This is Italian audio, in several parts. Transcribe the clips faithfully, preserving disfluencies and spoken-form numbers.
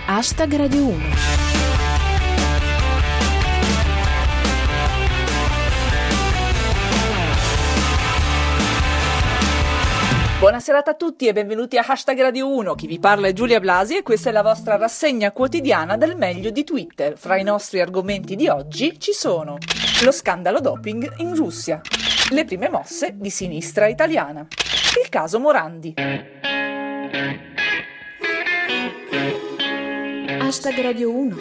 Hashtag Radio uno. Buona serata a tutti e benvenuti a Hashtag Radio uno. Chi vi parla è Giulia Blasi e questa è la vostra rassegna quotidiana del meglio di Twitter. Fra i nostri argomenti di oggi ci sono lo scandalo doping in Russia, le prime mosse di sinistra italiana, il caso Morandi. Hashtag Radio uno.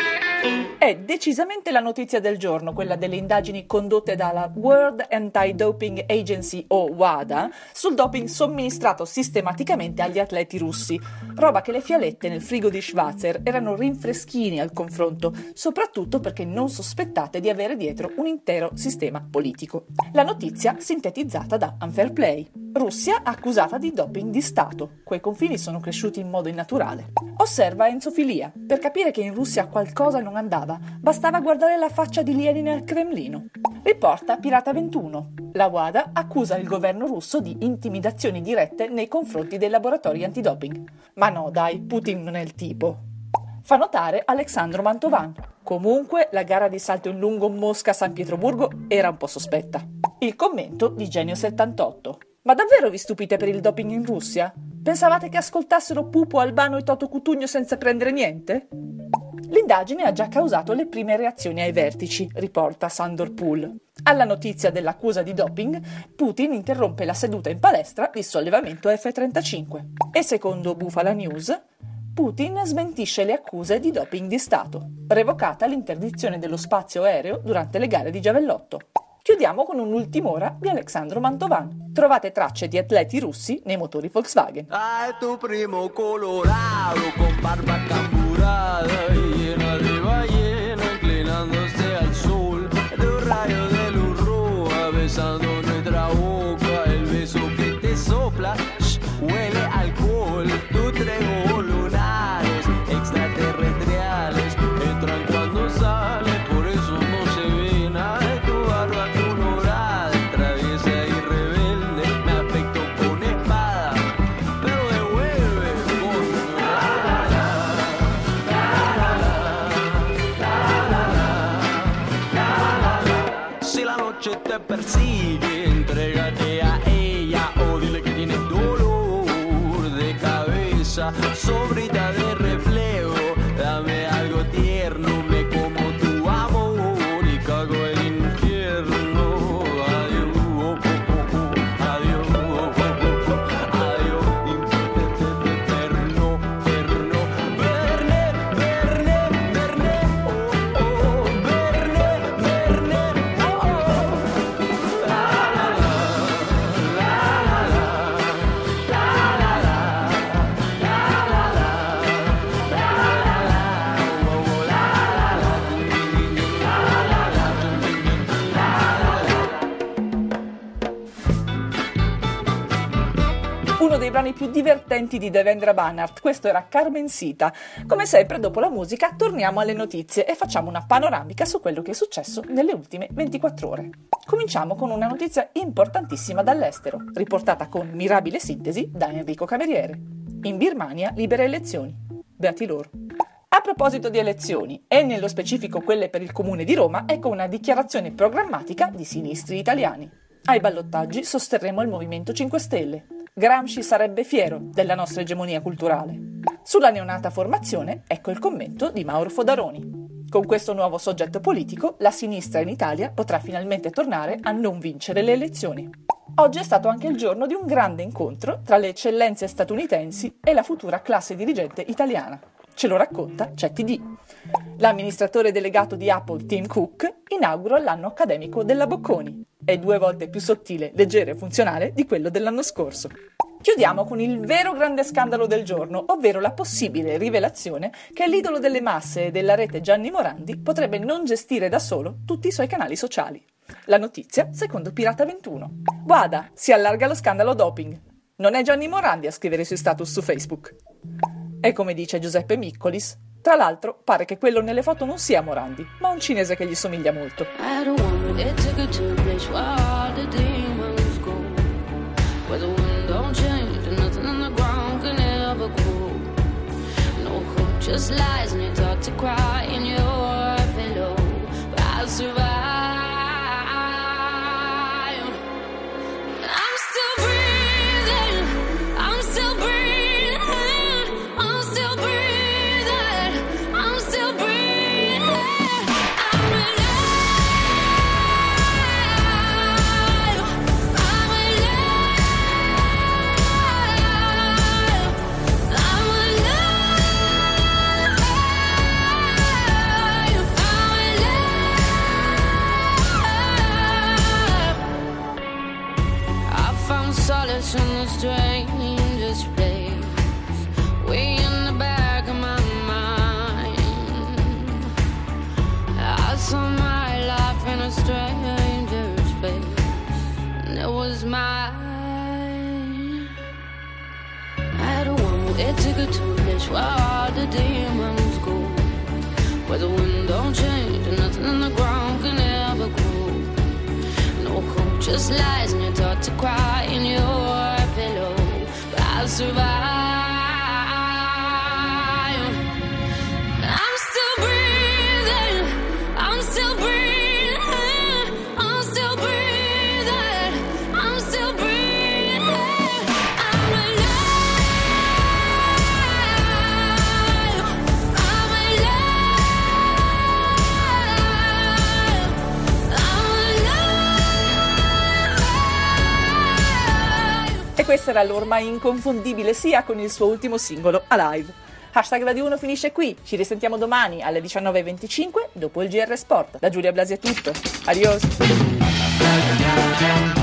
È decisamente la notizia del giorno, quella delle indagini condotte dalla World Anti-Doping Agency o WADA sul doping somministrato sistematicamente agli atleti russi. Roba che le fialette nel frigo di Schwarzer erano rinfreschini al confronto, soprattutto perché non sospettate di avere dietro un intero sistema politico. La notizia sintetizzata da Unfairplay. Russia accusata di doping di Stato. Quei confini sono cresciuti in modo innaturale. Osserva Enzo Filia. Per capire che in Russia qualcosa non andava, bastava guardare la faccia di Lenin al Cremlino. Riporta Pirata ventuno. La WADA accusa il governo russo di intimidazioni dirette nei confronti dei laboratori antidoping. Ma no, dai, Putin non è il tipo. Fa notare Alexandro Mantovan. Comunque, la gara di salto in lungo Mosca-San Pietroburgo era un po' sospetta. Il commento di Genio settantotto. Ma davvero vi stupite per il doping in Russia? Pensavate che ascoltassero Pupo, Albano e Toto Cutugno senza prendere niente? L'indagine ha già causato le prime reazioni ai vertici, riporta Sandor Pool. Alla notizia dell'accusa di doping, Putin interrompe la seduta in palestra di sollevamento F trentacinque. E secondo Bufala News, Putin smentisce le accuse di doping di Stato, revocata l'interdizione dello spazio aereo durante le gare di giavellotto. Chiudiamo con un'ultim'ora di Alexandro Mantovan. Trovate tracce di atleti russi nei motori Volkswagen. Ah, è tu primo colorado con barba camburada y llena de ballena inclinándose al sol de un rayo de luz roja besando nuestra boca el beso que te sopla shh, huele alcohol tus tres ojos lunares extraterrestriales entran cuando salen por eso no se ve nada de tu barba colorada traviesa y rebelde me afecto con espada pero devuelve con si la noche te persigue entrégate a ella o dile que tienes dolor de cabeza sobrita de reflejo dame algo tierno me como tu amor y cago el infierno adiós oh, oh, oh, adiós oh, oh, oh, adiós eterno eterno verne verne verne oh oh verne verne oh oh la la la la la la Uno dei brani più divertenti di Devendra Banhart, questo era Carmencita. Come sempre, dopo la musica, torniamo alle notizie e facciamo una panoramica su quello che è successo nelle ultime ventiquattro ore. Cominciamo con una notizia importantissima dall'estero, riportata con mirabile sintesi da Enrico Cameriere. In Birmania, libere elezioni. Beati loro. A proposito di elezioni, e nello specifico quelle per il Comune di Roma, ecco una dichiarazione programmatica di sinistri italiani. Ai ballottaggi sosterremo il Movimento cinque Stelle. Gramsci sarebbe fiero della nostra egemonia culturale. Sulla neonata formazione, ecco il commento di Mauro Fodaroni. Con questo nuovo soggetto politico, la sinistra in Italia potrà finalmente tornare a non vincere le elezioni. Oggi è stato anche il giorno di un grande incontro tra le eccellenze statunitensi e la futura classe dirigente italiana. Ce lo racconta C T D. L'amministratore delegato di Apple, Tim Cook, inaugura l'anno accademico della Bocconi. È due volte più sottile, leggero e funzionale di quello dell'anno scorso. Chiudiamo con il vero grande scandalo del giorno, ovvero la possibile rivelazione che l'idolo delle masse e della rete Gianni Morandi potrebbe non gestire da solo tutti i suoi canali sociali. La notizia secondo Pirata ventuno. WADA, si allarga lo scandalo doping. Non è Gianni Morandi a scrivere sui status su Facebook. E come dice Giuseppe Miccolis, tra l'altro pare che quello nelle foto non sia Morandi, ma un cinese che gli somiglia molto. Don't change, nothing on the ground can ever grow. No hope just lies and you're taught to cry in your pillow. But I'll survive. I'm still breathing, I'm still breathing, I'm still breathing, I'm still breathing. I'm alive, I'm alive, I'm alive, I'm alive. I found solace in the strangest place, way in the back of my mind. I saw my life in a stranger's face, and it was mine. I had a one-way ticket to a place where all the demons go, where the wind don't change and nothing in the ground can ever grow. No hope, just lies and you're taught to cry in your pillow. But I'll survive. I'm still breathing, I'm still breathing, I'm still breathing, I'm still breathing. I'm alive, I'm alive, I'm alive. E questa era l'ormai inconfondibile Sia con il suo ultimo singolo, Alive. Hashtag Radio uno finisce qui, ci risentiamo domani alle diciannove e venticinque dopo il G R Sport. Da Giulia Blasi è tutto, adios!